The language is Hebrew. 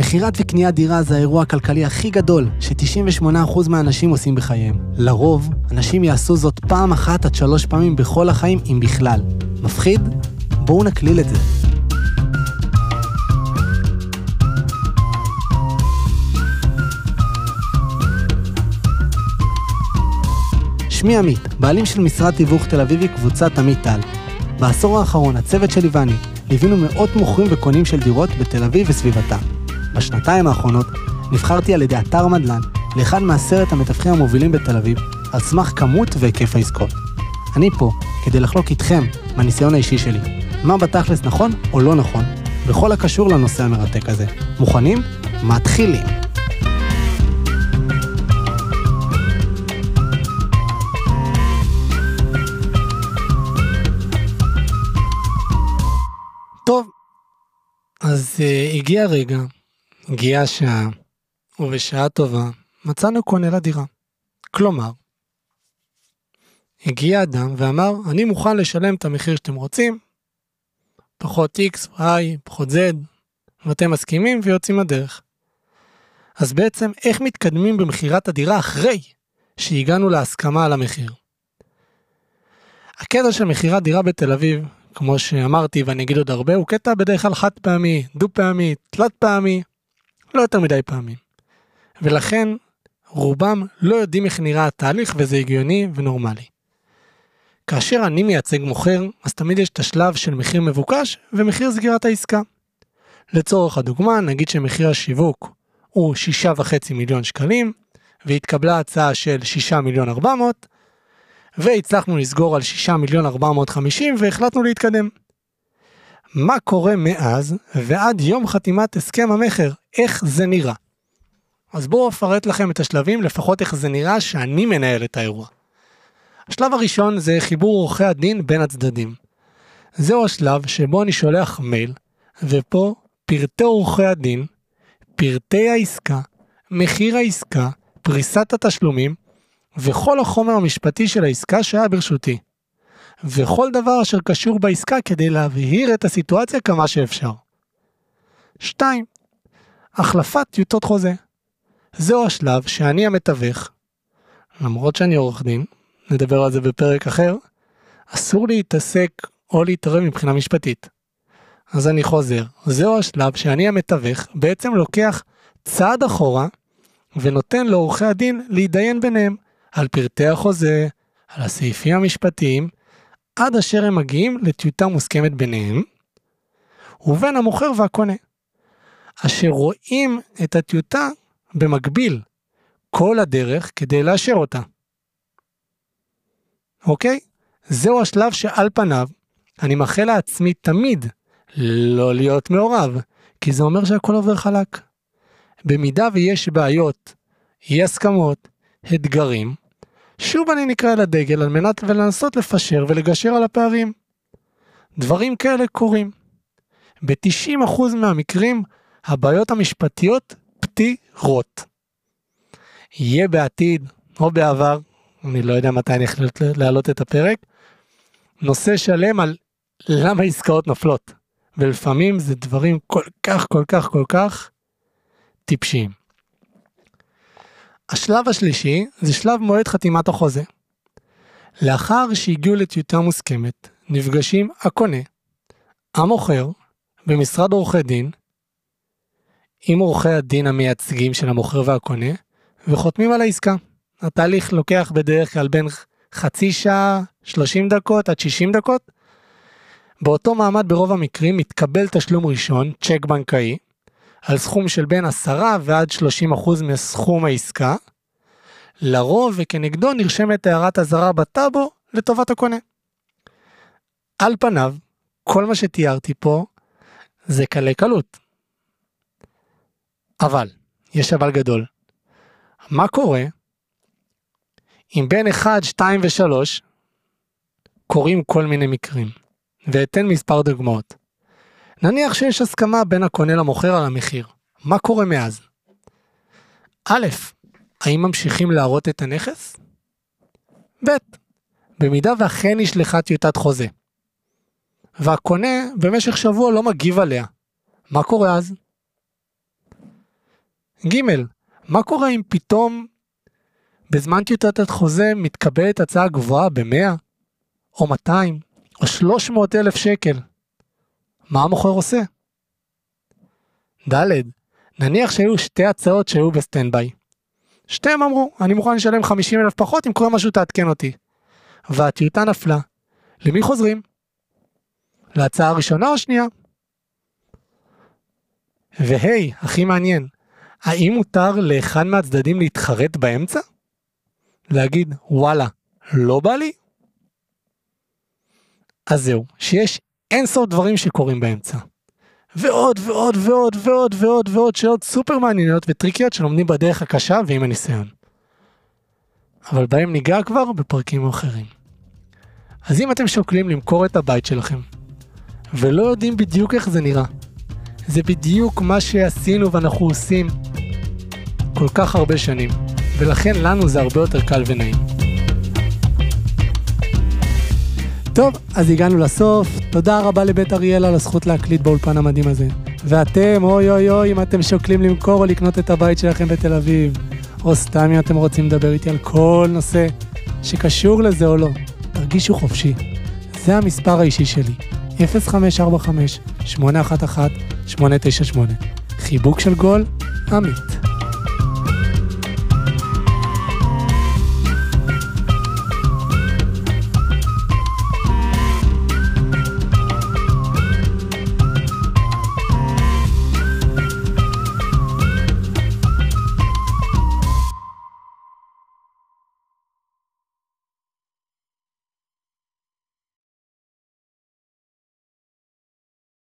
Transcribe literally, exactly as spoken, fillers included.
מכירת וקניית דירה זה האירוע הכלכלי הכי גדול ש-תשעים ושמונה אחוז מהאנשים עושים בחייהם. לרוב, אנשים יעשו זאת פעם אחת עד שלוש פעמים בכל החיים, אם בכלל. מפחיד? בואו נקליל את זה. שמי עמית, בעלים של משרד תיווך תל אביבי קבוצת עמית טל. בעשור האחרון, הצוות שלי ואני ליווינו מאות מוכרים וקונים של דירות בתל אביב וסביבתה. בשנתיים האחרונות נבחרתי על ידי אתר מדלן לאחד מעשרת המתווכים המובילים בתל אביב על סמך כמות והיקף העסקות. אני פה כדי לחלוק איתכם מהניסיון האישי שלי, מה בתכלס נכון או לא נכון, בכל הקשור לנושא המרתק הזה. מוכנים? מתחילים! טוב, אז uh, הגיע רגע, הגיעה השעה, ובשעה טובה מצאנו קונה לדירה. כלומר, הגיע אדם ואמר, אני מוכן לשלם את המחיר שאתם רוצים, פחות X, Y, פחות Z, ואתם מסכימים ויוצאים הדרך. אז בעצם איך מתקדמים במחירת הדירה אחרי שהגענו להסכמה על המחיר? הקטע של מחירת דירה בתל אביב, כמו שאמרתי ואני אגיד עוד הרבה, הוא קטע בדרך כלל חד פעמי, דו פעמי, תלת פעמי, לא יותר מדי פעמים. ולכן רובם לא יודעים איך נראה התהליך וזה הגיוני ונורמלי. כאשר אני מייצג מוכר, אז תמיד יש את השלב של מחיר מבוקש ומחיר סגירת העסקה. לצורך הדוגמה, נגיד שמחיר השיווק הוא שישה וחצי מיליון שקלים, והתקבלה הצעה של שישה מיליון ארבע מאות, והצלחנו לסגור על שישה מיליון ארבע מאות וחמישים והחלטנו להתקדם. מה קורה מאז ועד יום חתימת הסכם המחר? איך זה נראה? אז בואו אפרט לכם את השלבים, לפחות איך זה נראה שאני מנהל את האירוע. השלב הראשון זה חיבור עורכי הדין בין הצדדים. זהו השלב שבו אני שולח מייל, ופה פרטי עורכי הדין, פרטי העסקה, מחיר העסקה, פריסת התשלומים, וכל החומר המשפטי של העסקה שהיה ברשותי. וכל דבר אשר קשור בעסקה כדי להבהיר את הסיטואציה כמה שאפשר. שתיים. החלפת טיוטות חוזה. זהו השלב שאני המתווך, למרות שאני עורך דין, נדבר על זה בפרק אחר, אסור להתעסק או להתערב מבחינה משפטית. אז אני חוזר. זהו השלב שאני המתווך בעצם לוקח צעד אחורה, ונותן לעורכי הדין להידיין ביניהם על פרטי החוזה, על הסעיפים המשפטיים, עד אשר הם מגיעים לטיוטה מוסכמת ביניהם, ובין המוכר והקונה, אשר רואים את הטיוטה במקביל כל הדרך כדי לאשר אותה. אוקיי? זהו השלב שעל פניו אני מאחל לעצמי תמיד לא להיות מעורב, כי זה אומר שהכל עובר חלק. במידה ויש בעיות, אי הסכמות, אתגרים, שוב אני נקרא לדגל על מנת ולנסות לפשר ולגשר על הפערים. דברים כאלה קורים. ב-תשעים אחוז מהמקרים הבעיות המשפטיות פתירות. יהיה בעתיד או בעבר, אני לא יודע מתי אני החלט להעלות את הפרק, נושא שלם על למה עסקאות נופלות. ולפעמים זה דברים כל כך כל כך כל כך טיפשיים. השלב השלישי זה שלב מועד חתימת החוזה. לאחר שהגיעו לטיוטה מוסכמת, נפגשים הקונה, המוכר, במשרד עורכי דין, עם עורכי הדין המייצגים של המוכר והקונה, וחותמים על העסקה. התהליך לוקח בדרך כלל בין חצי שעה, שלושים דקות עד שישים דקות. באותו מעמד ברוב המקרים מתקבל תשלום ראשון, צ'ק בנקאי, על סכום של בין עשרה ועד שלושים אחוז מסכום העסקה, לרוב וכנגדו נרשמת הערת הזרה בטאבו לטובת הקונה. על פניו, כל מה שתיארתי פה זה קלי קלות. אבל, יש אבל גדול. מה קורה אם בין אחד, שתיים ושלוש קורים כל מיני מקרים? ואתן מספר דוגמאות. נניח שיש הסכמה בין הקונה למוכר על המחיר. מה קורה מאז? א', האם ממשיכים להראות את הנכס? ב', במידה ואכן נשלחה טיוטת חוזה, והקונה במשך שבוע לא מגיב עליה, מה קורה אז? ג' מה קורה אם פתאום בזמן טיוטת חוזה מתקבלת הצעה גבוהה ב-מאה או מאתיים או שלוש מאות אלף שקל? מה המוכר עושה? ד' נניח שהיו שתי הצעות שהיו בסטנדביי. שתיהם אמרו, אני מוכן לשלם חמישים אלף פחות, אם קורה משהו תעדכן אותי. והטיוטה נפלה. למי חוזרים? להצעה הראשונה או שנייה? והי, הכי מעניין, האם מותר לאחד מהצדדים להתחרט באמצע? להגיד, וואלה, לא בא לי? אז זהו, שיש אין סוף דברים שקורים באמצע. ועוד ועוד ועוד ועוד ועוד ועוד שאלות סופר מעניינות וטריקיות שלומדים בדרך הקשה ועם הניסיון. אבל בהם ניגע כבר בפרקים אחרים. אז אם אתם שוקלים למכור את הבית שלכם, ולא יודעים בדיוק איך זה נראה, זה בדיוק מה שעשינו ואנחנו עושים כל כך הרבה שנים, ולכן לנו זה הרבה יותר קל ונעים. טוב, אז הגענו לסוף. תודה רבה לבית אריאל על הזכות להקליט באולפן המדהים הזה. ואתם, אוי אוי אוי, אם אתם שוקלים למכור או לקנות את הבית שלכם בתל אביב, או סתם אם אתם רוצים לדבר איתי על כל נושא שקשור לזה או לא, תרגישו חופשי. זה המספר האישי שלי, אפס חמש ארבע חמש שמונה אחת אחת שמונה תשע שמונה. חיבוק של גול, עמית.